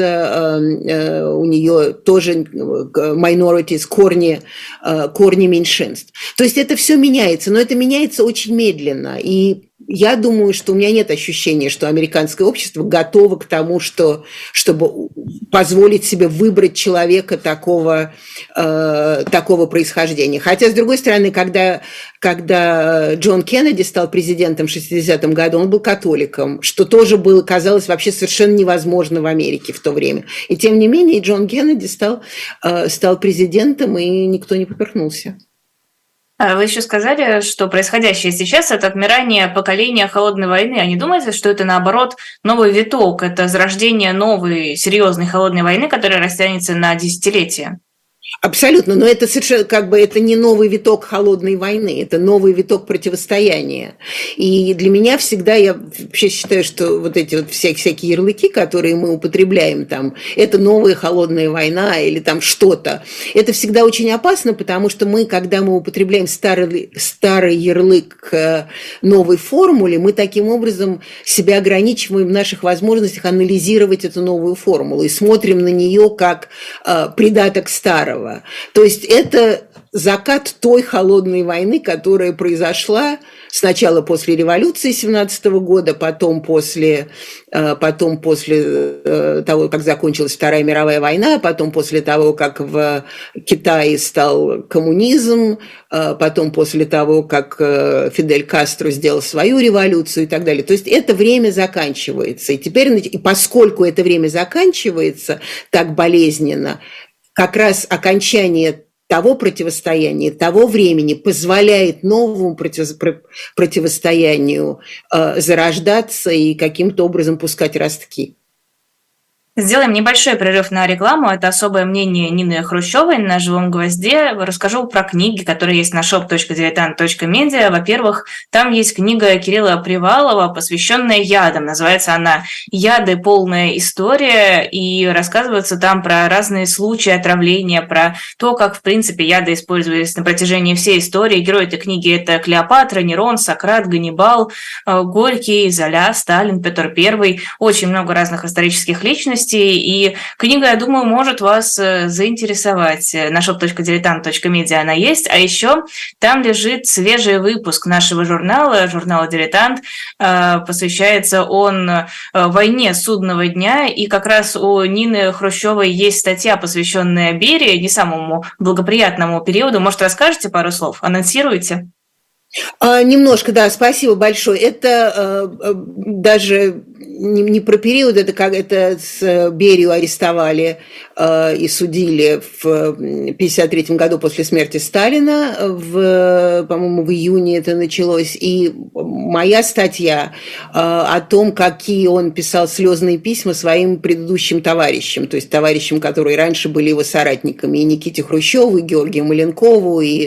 нее тоже minorities, корни меньшинств. То есть это все меняется, но это меняется очень медленно. И я думаю, что у меня нет ощущения, что американское общество готово к тому, чтобы позволить себе выбрать человека такого происхождения. Хотя, с другой стороны, когда Джон Кеннеди стал президентом в 60-м году, он был католиком, что тоже казалось вообще совершенно невозможно в Америке в то время. И тем не менее, Джон Кеннеди стал президентом, и никто не поперхнулся. Вы еще сказали, что происходящее сейчас – это отмирание поколения холодной войны. А не думаете, что это, наоборот, новый виток, это зарождение новой серьезной холодной войны, которая растянется на десятилетия? Абсолютно, но это совершенно это не новый виток холодной войны, это новый виток противостояния. И для меня всегда, я вообще считаю, что вот эти вот всякие ярлыки, которые мы употребляем, там, это новая холодная война или там что-то, это всегда очень опасно, потому что когда мы употребляем старый ярлык к новой формуле, мы таким образом себя ограничиваем в наших возможностях анализировать эту новую формулу и смотрим на нее как придаток старого. То есть это закат той холодной войны, которая произошла сначала после революции 17 года, потом после того, как закончилась Вторая мировая война, потом после того, как в Китае стал коммунизм, потом после того, как Фидель Кастро сделал свою революцию и так далее. То есть это время заканчивается. И поскольку это время заканчивается так болезненно, как раз окончание того противостояния, того времени позволяет новому противостоянию зарождаться и каким-то образом пускать ростки. Сделаем небольшой перерыв на рекламу. Это особое мнение Нины Хрущевой на «Живом гвозде». Расскажу про книги, которые есть на shop.diletant.media. Во-первых, там есть книга Кирилла Привалова, посвященная ядам. Называется она «Яды. Полная история». И рассказывается там про разные случаи отравления, про то, как, в принципе, яды использовались на протяжении всей истории. Герои этой книги – это Клеопатра, Нерон, Сократ, Ганнибал, Горький, Золя, Сталин, Петр I. Очень много разных исторических личностей. И книга, я думаю, может вас заинтересовать. На shop.diletant.media она есть. А еще там лежит свежий выпуск нашего журнала «Дилетант». Посвящается он войне судного дня. И как раз у Нины Хрущевой есть статья, посвященная Берии, не самому благоприятному периоду. Может, расскажете пару слов? Анонсируете? Немножко, да, спасибо большое. Это даже не про период, это с Берию арестовали и судили в 1953 году после смерти Сталина, по-моему, в июне это началось. И моя статья о том, какие он писал слезные письма своим предыдущим товарищам, то есть товарищам, которые раньше были его соратниками, и Никите Хрущеву, и Георгию Маленкову, и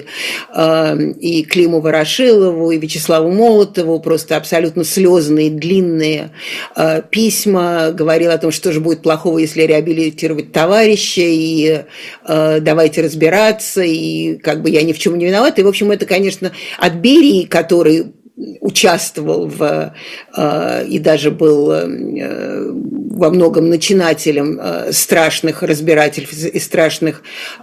Климу Ворошилову, и Вячеславу Молотову, просто абсолютно слезные, длинные письма, говорил о том, что же будет плохого, если реабилитировать товарища, и давайте разбираться, и как бы я ни в чем не виновата. И, в общем, это, конечно, от Берии, который участвовал и даже был во многом начинателем страшных разбирательств и страшных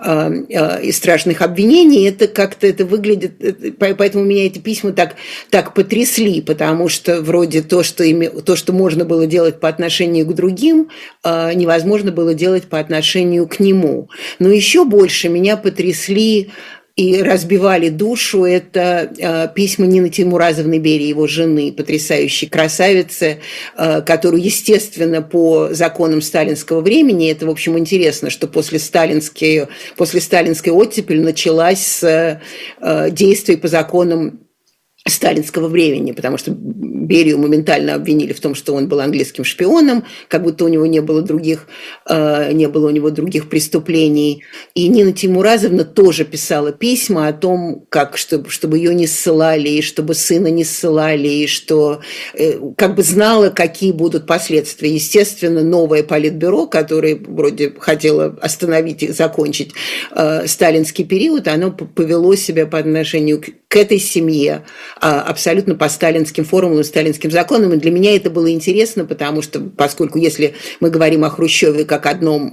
обвинений, это как-то это выглядит, поэтому меня эти письма так потрясли, потому что вроде то, что можно было делать по отношению к другим, невозможно было делать по отношению к нему. Но еще больше меня потрясли и разбивали душу это письма Нины Тимуразовны Берии, его жены, потрясающей красавицы, которую, естественно, по законам сталинского времени, это, в общем, интересно, что после сталинской оттепель началась с действий по законам сталинского времени, потому что Берию моментально обвинили в том, что он был английским шпионом, как будто у него не было у него других преступлений. И Нина Тимуразовна тоже писала письма о том, как, чтобы ее не ссылали, и чтобы сына не ссылали, и что как бы знала, какие будут последствия. Естественно, новое политбюро, которое вроде хотело остановить и закончить сталинский период, оно повело себя по отношению к этой семье абсолютно по сталинским формулам, сталинским законам. И для меня это было интересно, потому что, поскольку если мы говорим о Хрущеве как одном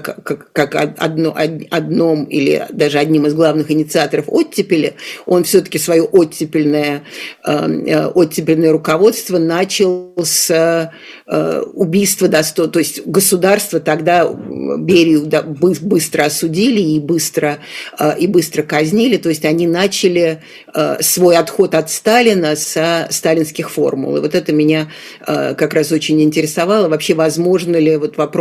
или даже одним из главных инициаторов оттепели, он все-таки свое оттепельное руководство начал с убийства то есть государство тогда Берию быстро осудили и быстро казнили, то есть они начали свой отход от Сталина со сталинских формул. И вот это меня как раз очень интересовало. Вообще, возможно ли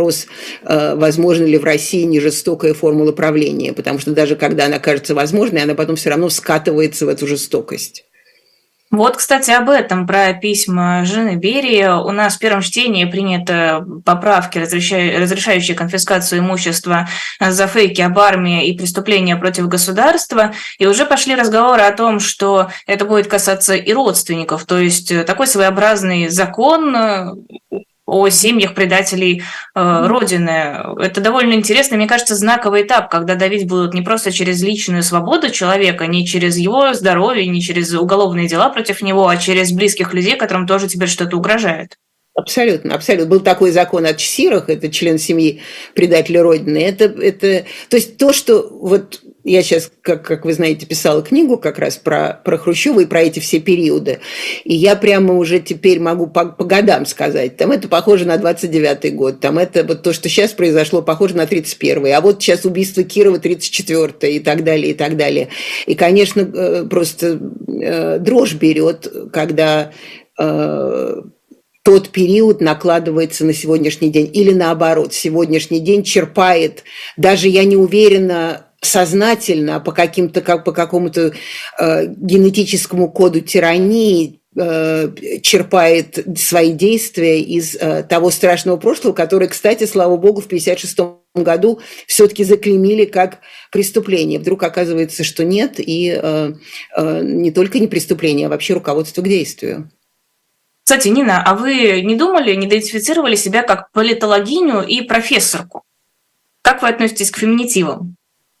в России не жестокая формула правления? Потому что даже когда она кажется возможной, она потом все равно скатывается в эту жестокость. Вот, кстати, об этом, про письма жены Берии. У нас в первом чтении приняты поправки, разрешающие конфискацию имущества за фейки об армии и преступления против государства. И уже пошли разговоры о том, что это будет касаться и родственников. То есть такой своеобразный закон о семьях предателей Родины. Это довольно интересно, мне кажется, знаковый этап, когда давить будут не просто через личную свободу человека, не через его здоровье, не через уголовные дела против него, а через близких людей, которым тоже теперь что-то угрожает. Абсолютно, абсолютно. Был такой закон о чсирах, это член семьи предателя Родины. То есть то, что вот я сейчас, как вы знаете, писала книгу как раз про Хрущева и про эти все периоды. И я прямо уже теперь могу по годам сказать. Там это похоже на 29-й год. Там это вот то, что сейчас произошло, похоже на 31-й. А вот сейчас убийство Кирова 34-й и так далее, и так далее. И, конечно, просто дрожь берет, когда тот период накладывается на сегодняшний день. Или наоборот, сегодняшний день черпает, даже я не уверена, сознательно, по какому-то генетическому коду тирании черпает свои действия из того страшного прошлого, которое, кстати, слава богу, в 1956 году все-таки заклеймили как преступление. Вдруг оказывается, что нет, и не только не преступление, а вообще руководство к действию. Кстати, Нина, а вы не думали, не идентифицировали себя как политологиню и профессорку? Как вы относитесь к феминитивам?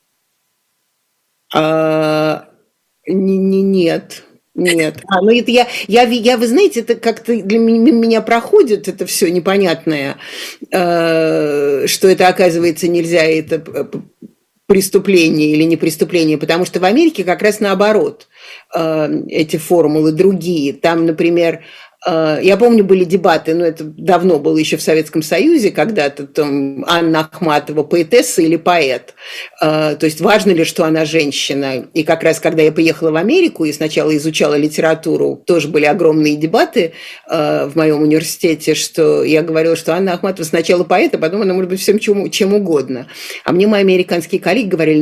Нет. Ну это вы знаете, это как-то для меня проходит это все непонятное, что это, оказывается, нельзя, это преступление или не преступление, потому что в Америке как раз наоборот эти формулы другие. Там, например, я помню, были дебаты, но это давно было еще в Советском Союзе, когда-то там Анна Ахматова поэтесса или поэт. То есть важно ли, что она женщина. И как раз, когда я приехала в Америку и сначала изучала литературу, тоже были огромные дебаты в моем университете, что я говорила, что Анна Ахматова сначала поэт, а потом она может быть всем чем угодно. А мне мои американские коллеги говорили,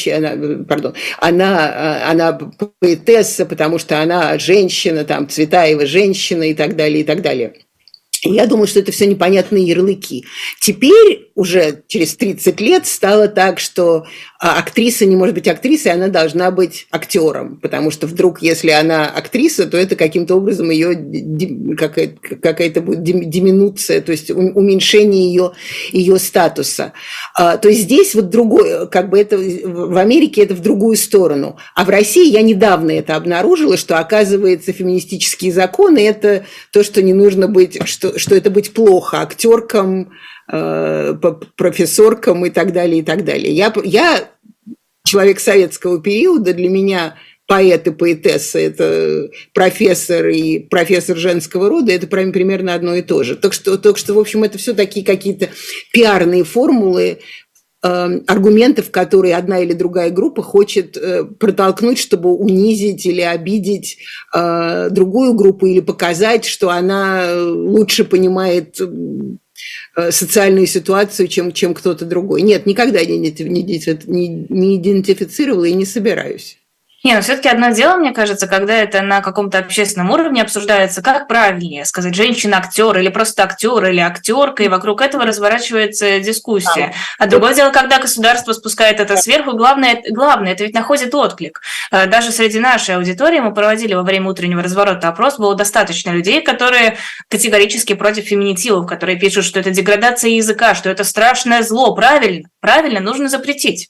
она поэтесса, потому что она женщина, там, Цветаева женщина, и так далее, и так далее. И я думаю, что это все непонятные ярлыки. Теперь, уже через 30 лет, стало так, что актриса не может быть актрисой, она должна быть актером. Потому что вдруг, если она актриса, то это каким-то образом ее какая-то будет диминуция, то есть уменьшение ее статуса. То есть здесь вот другое, как бы это в Америке это в другую сторону. А в России я недавно это обнаружила, что, оказывается, феминистические законы – это то, что не нужно быть, что это быть плохо актеркам, профессоркам и так далее, и так далее. Я человек советского периода, для меня поэт и поэтесса – это профессор и профессор женского рода, это примерно одно и то же. Так что, в общем, это все такие какие-то пиарные формулы, аргументов, которые одна или другая группа хочет протолкнуть, чтобы унизить или обидеть другую группу или показать, что она лучше понимает социальную ситуацию, чем кто-то другой. Нет, никогда не идентифицировала и не собираюсь. Не, но все-таки одно дело, мне кажется, когда это на каком-то общественном уровне обсуждается, как правильнее сказать, женщина-актер или просто актер или актерка, и вокруг этого разворачивается дискуссия. А другое дело, когда государство спускает это сверху, главное, это ведь находит отклик. Даже среди нашей аудитории мы проводили во время утреннего разворота опрос, было достаточно людей, которые категорически против феминитивов, которые пишут, что это деградация языка, что это страшное зло. Правильно, нужно запретить.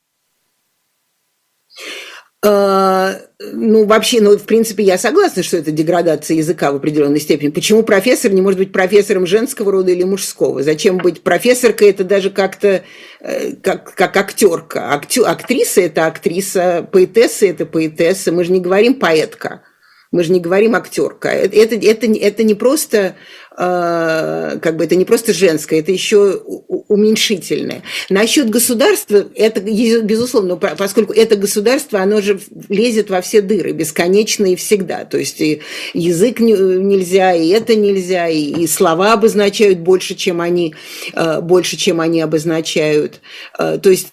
Вообще, в принципе, я согласна, что это деградация языка в определенной степени. Почему профессор не может быть профессором женского рода или мужского? Зачем быть профессоркой? Это даже как-то как актерка. Актриса – это актриса, поэтесса – это поэтесса. Мы же не говорим поэтка. Мы же не говорим актерка. Это не просто это не просто женское, это еще уменьшительное. Насчет государства, это безусловно, поскольку это государство, оно же лезет во все дыры, бесконечно и всегда. То есть и язык нельзя, и это нельзя, и слова обозначают больше, чем они обозначают. То есть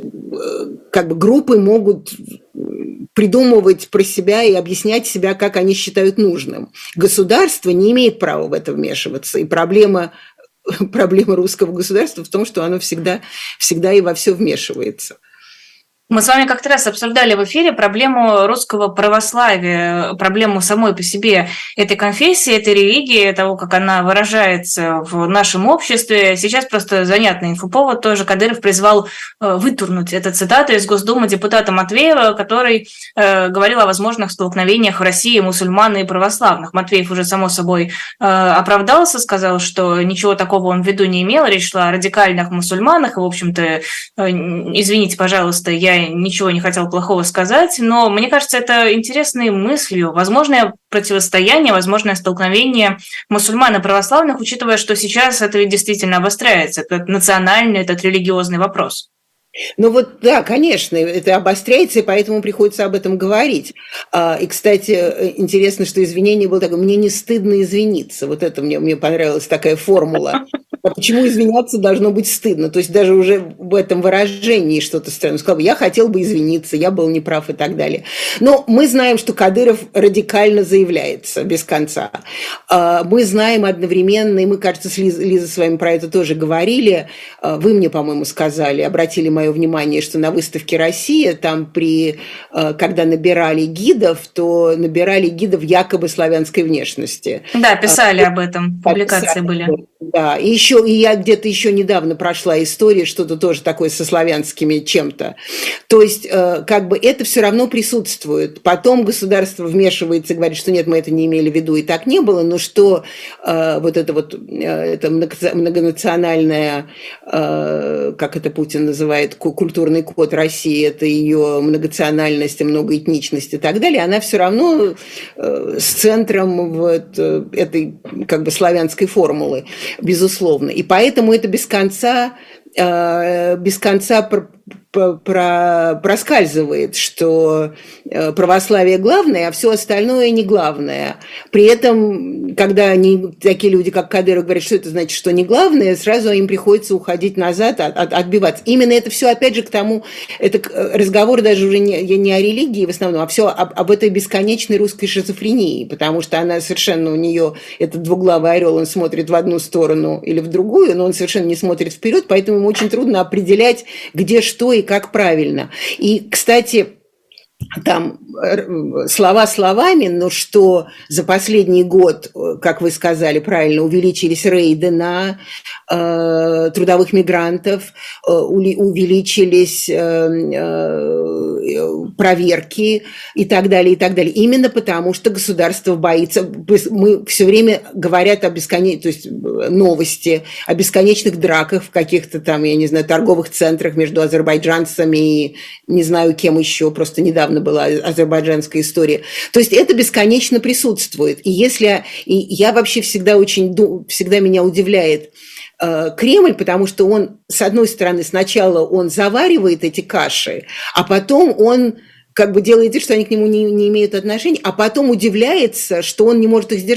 группы могут придумывать про себя и объяснять себя, как они считают нужным. Государство не имеет права в это вмешиваться. И проблема русского государства в том, что оно всегда и во все вмешивается. Мы с вами как-то раз обсуждали в эфире проблему русского православия, проблему самой по себе этой конфессии, этой религии, того, как она выражается в нашем обществе. Сейчас просто занятный инфоповод тоже. Кадыров призвал вытурнуть эту цитату из Госдумы депутата Матвеева, который говорил о возможных столкновениях в России мусульман и православных. Матвеев уже, само собой, оправдался, сказал, что ничего такого он в виду не имел. Речь шла о радикальных мусульманах. И, в общем-то, извините, пожалуйста, я ничего не хотел плохого сказать, но мне кажется, это интересной мыслью. Возможное противостояние, возможное столкновение мусульман и православных, учитывая, что сейчас это ведь действительно обостряется. Это национальный, этот религиозный вопрос. Да, конечно, это обостряется, и поэтому приходится об этом говорить. И, кстати, интересно, что извинение было такое: мне не стыдно извиниться. Вот это мне понравилась такая формула. А почему извиняться должно быть стыдно? То есть даже уже в этом выражении что-то странное. Сказал бы, я хотел бы извиниться, я был неправ и так далее. Но мы знаем, что Кадыров радикально заявляется без конца. Мы знаем одновременно, и мы, кажется, с Лизой с вами про это тоже говорили, вы мне, по-моему, сказали, обратили мое внимание, что на выставке «Россия», там когда набирали гидов, то набирали гидов якобы славянской внешности. Да, писали об этом, публикации были. Да, и я где-то еще недавно прошла историю, что-то тоже такое со славянскими чем-то. То есть, это все равно присутствует. Потом государство вмешивается и говорит, что нет, мы это не имели в виду, и так не было, но что это многонациональная, как это Путин называет, культурный код России, это ее многонациональность, многоэтничность и так далее, она все равно с центром этой славянской формулы, безусловно. И поэтому это без конца проскальзывает, что православие главное, а все остальное не главное. При этом, когда такие люди, как Кадыров, говорят, что это значит, что не главное, сразу им приходится уходить назад, отбиваться. Именно это все, опять же, к тому, это разговор даже уже не о религии в основном, а все об этой бесконечной русской шизофрении, потому что она совершенно, у нее этот двуглавый орел, он смотрит в одну сторону или в другую, но он совершенно не смотрит вперед, поэтому ему очень трудно определять, где что и как правильно. И, кстати, там слова словами, но что за последний год, как вы сказали правильно, увеличились рейды на трудовых мигрантов, увеличились проверки и так далее, и так далее. Именно потому, что государство боится. Мы все время говорят то есть новости о бесконечных драках в каких-то там, я не знаю, торговых центрах между азербайджанцами и не знаю кем еще, просто недавно была азербайджанская история. То есть это бесконечно присутствует. И я вообще всегда меня удивляет Кремль, потому что он, с одной стороны, сначала он заваривает эти каши, а потом он делает вид, что они к нему не имеют отношения, а потом удивляется, что он не может их сдержать.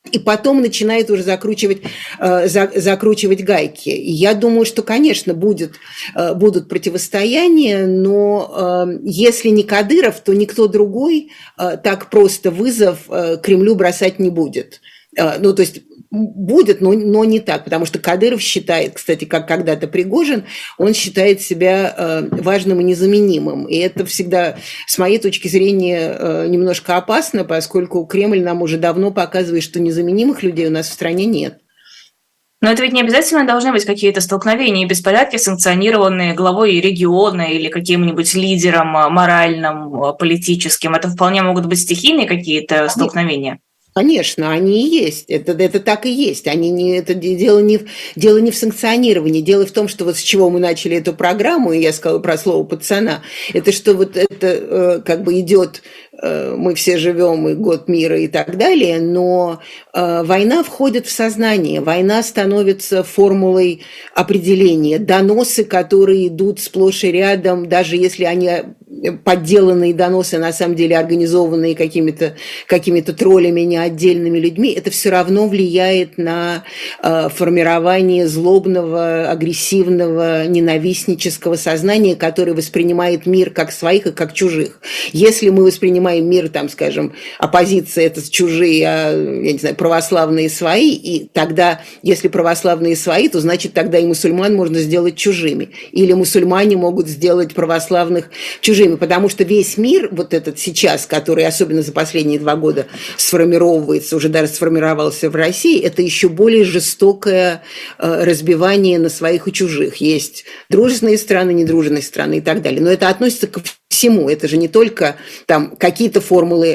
и потом начинает уже закручивать гайки. И я думаю, что, конечно, будут противостояния, но если не Кадыров, то никто другой так просто вызов Кремлю бросать не будет. Ну, то есть будет, но не так, потому что Кадыров считает, кстати, как когда-то Пригожин, он считает себя важным и незаменимым. И это всегда, с моей точки зрения, немножко опасно, поскольку Кремль нам уже давно показывает, что незаменимых людей у нас в стране нет. Но это ведь не обязательно должны быть какие-то столкновения и беспорядки, санкционированные главой региона или каким-нибудь лидером моральным, политическим. Это вполне могут быть стихийные какие-то столкновения. Конечно, они и есть. Это так и есть. Это дело не в санкционировании. Дело в том, что вот с чего мы начали эту программу, и я сказала про слово пацана, это что вот это как бы идет, мы все живем, и год мира и так далее, но война входит в сознание, война становится формулой определения. Доносы, которые идут сплошь и рядом, даже если они подделанные доносы, на самом деле организованные какими-то троллями, не отдельными людьми, это все равно влияет на формирование злобного, агрессивного, ненавистнического сознания, которое воспринимает мир как своих и как чужих. Если мы воспринимаем мир, там, скажем, оппозиция – это чужие, я не знаю, православные свои, и тогда, если православные свои, то значит тогда и мусульман можно сделать чужими. Или мусульмане могут сделать православных чужими, потому что весь мир, вот этот сейчас, который особенно за последние 2 года сформировывается, уже даже сформировался в России, это еще более жестокое разбивание на своих и чужих. Есть дружественные страны, недружественные страны и так далее. Но это относится ко всему. Это же не только там какие-то формулы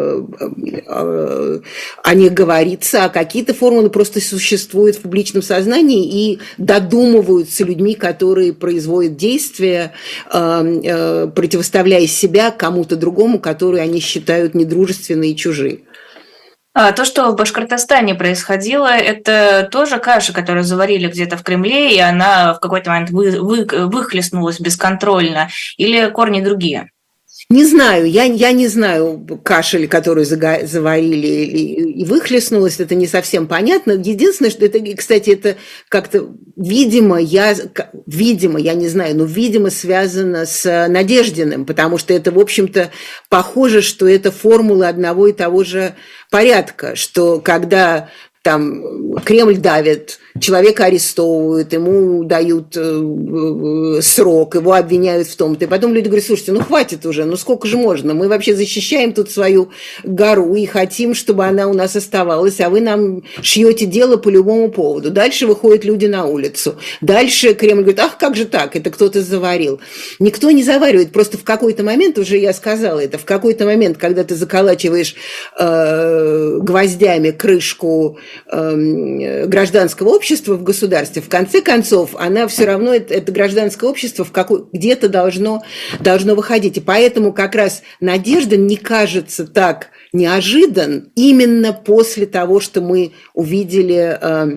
о них говорится, а какие-то формулы просто существуют в публичном сознании и додумываются людьми, которые производят действия, противоставляя себя кому-то другому, который они считают недружественные и чужие. То, что в Башкортостане происходило, это тоже каша, которую заварили где-то в Кремле, и она в какой-то момент выхлестнулась бесконтрольно, или корни другие? Не знаю, я не знаю кашель, который заварили и выхлестнулось, это не совсем понятно. Единственное, что это, кстати, это как-то, видимо, я не знаю, но, видимо, связано с Надеждиным, потому что это, в общем-то, похоже, что это формула одного и того же порядка, что когда там Кремль давит, человека арестовывают, ему дают срок, его обвиняют в том-то. И потом люди говорят: слушайте, ну хватит уже, ну сколько же можно? Мы вообще защищаем тут свою гору и хотим, чтобы она у нас оставалась, а вы нам шьете дело по любому поводу. Дальше выходят люди на улицу. Дальше Кремль говорит: ах, как же так, это кто-то заварил. Никто не заваривает, просто в какой-то момент, уже я сказала это, в какой-то момент, когда ты заколачиваешь гвоздями крышку гражданского общества в государстве, в конце концов, она все равно, это гражданское общество где-то должно выходить. И поэтому как раз Надеждин не кажется так неожидан именно после того, что мы увидели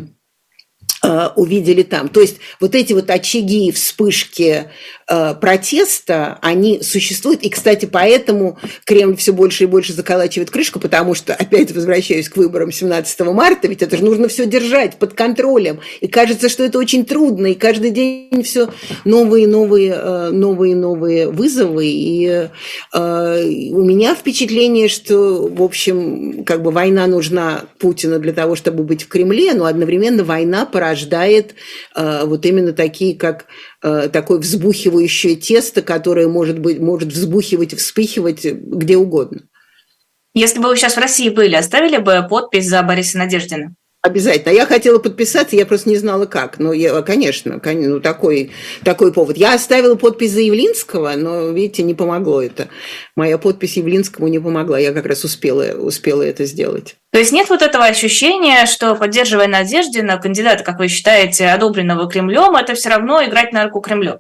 там. То есть вот эти вот очаги, вспышки протеста, они существуют. И, кстати, поэтому Кремль все больше и больше заколачивает крышку, потому что, опять возвращаюсь к выборам 17 марта, ведь это же нужно все держать под контролем. И кажется, что это очень трудно, и каждый день все новые и новые вызовы. И у меня впечатление, что, в общем, как бы война нужна Путину для того, чтобы быть в Кремле, но одновременно война порождает вот именно такие, как такое взбухивающее тесто, которое может взбухивать и вспыхивать где угодно. Если бы вы сейчас в России были, оставили бы подпись за Бориса Надеждина? Обязательно. Я хотела подписаться, я просто не знала как. Но, конечно, ну, такой повод. Я оставила подпись за Явлинского, но, видите, не помогло это. Моя подпись Явлинскому не помогла. Я как раз успела это сделать. То есть нет вот этого ощущения, что, поддерживая Надеждина, кандидата, как вы считаете, одобренного Кремлем, это все равно играть на руку Кремлю?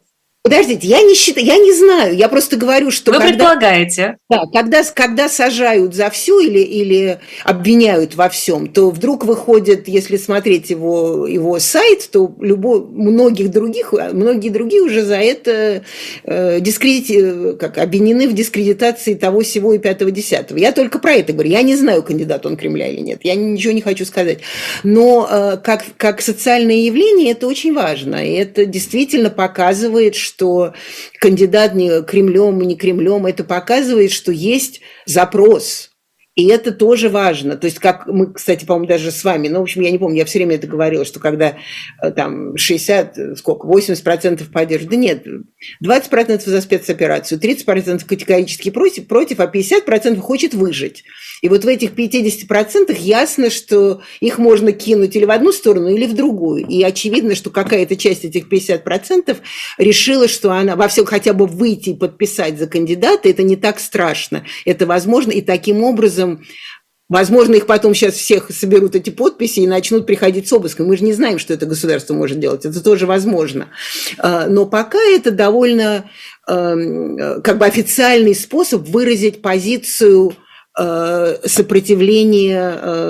Подождите, я не считаю, я не знаю, я просто говорю, что Вы предполагаете. Да, когда сажают за все или обвиняют во всем, то вдруг выходит, если смотреть его сайт, то многие другие уже за это обвинены в дискредитации того, сего и пятого, десятого. Я только про это говорю. Я не знаю, кандидат он Кремля или нет. Я ничего не хочу сказать. Но как социальное явление это очень важно. И это действительно показывает, что кандидат не Кремлем, не Кремлем, это показывает, что есть запрос. И это тоже важно. То есть, как мы, кстати, по-моему, даже с вами, в общем, я не помню, я все время это говорила, что когда там 80% поддерживают, да нет, 20% за спецоперацию, 30% категорически против, а 50% хочет выжить. И вот в этих 50% ясно, что их можно кинуть или в одну сторону, или в другую. И очевидно, что какая-то часть этих 50% решила, что она во всем хотя бы выйти и подписать за кандидата, это не так страшно. Это возможно, и таким образом возможно, их потом сейчас всех соберут эти подписи и начнут приходить с обыском. Мы же не знаем, что это государство может делать. Это тоже возможно. Но пока это довольно официальный способ выразить позицию сопротивления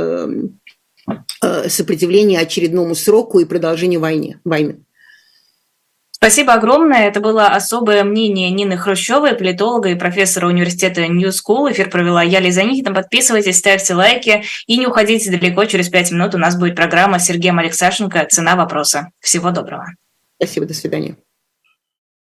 очередному сроку и продолжению войны. Спасибо огромное. Это было особое мнение Нины Хрущевой, политолога и профессора университета New School. Эфир провела я, Лиза Никитина. Подписывайтесь, ставьте лайки и не уходите далеко. Через 5 минут у нас будет программа с Сергеем Алексашенко «Цена вопроса». Всего доброго. Спасибо, до свидания.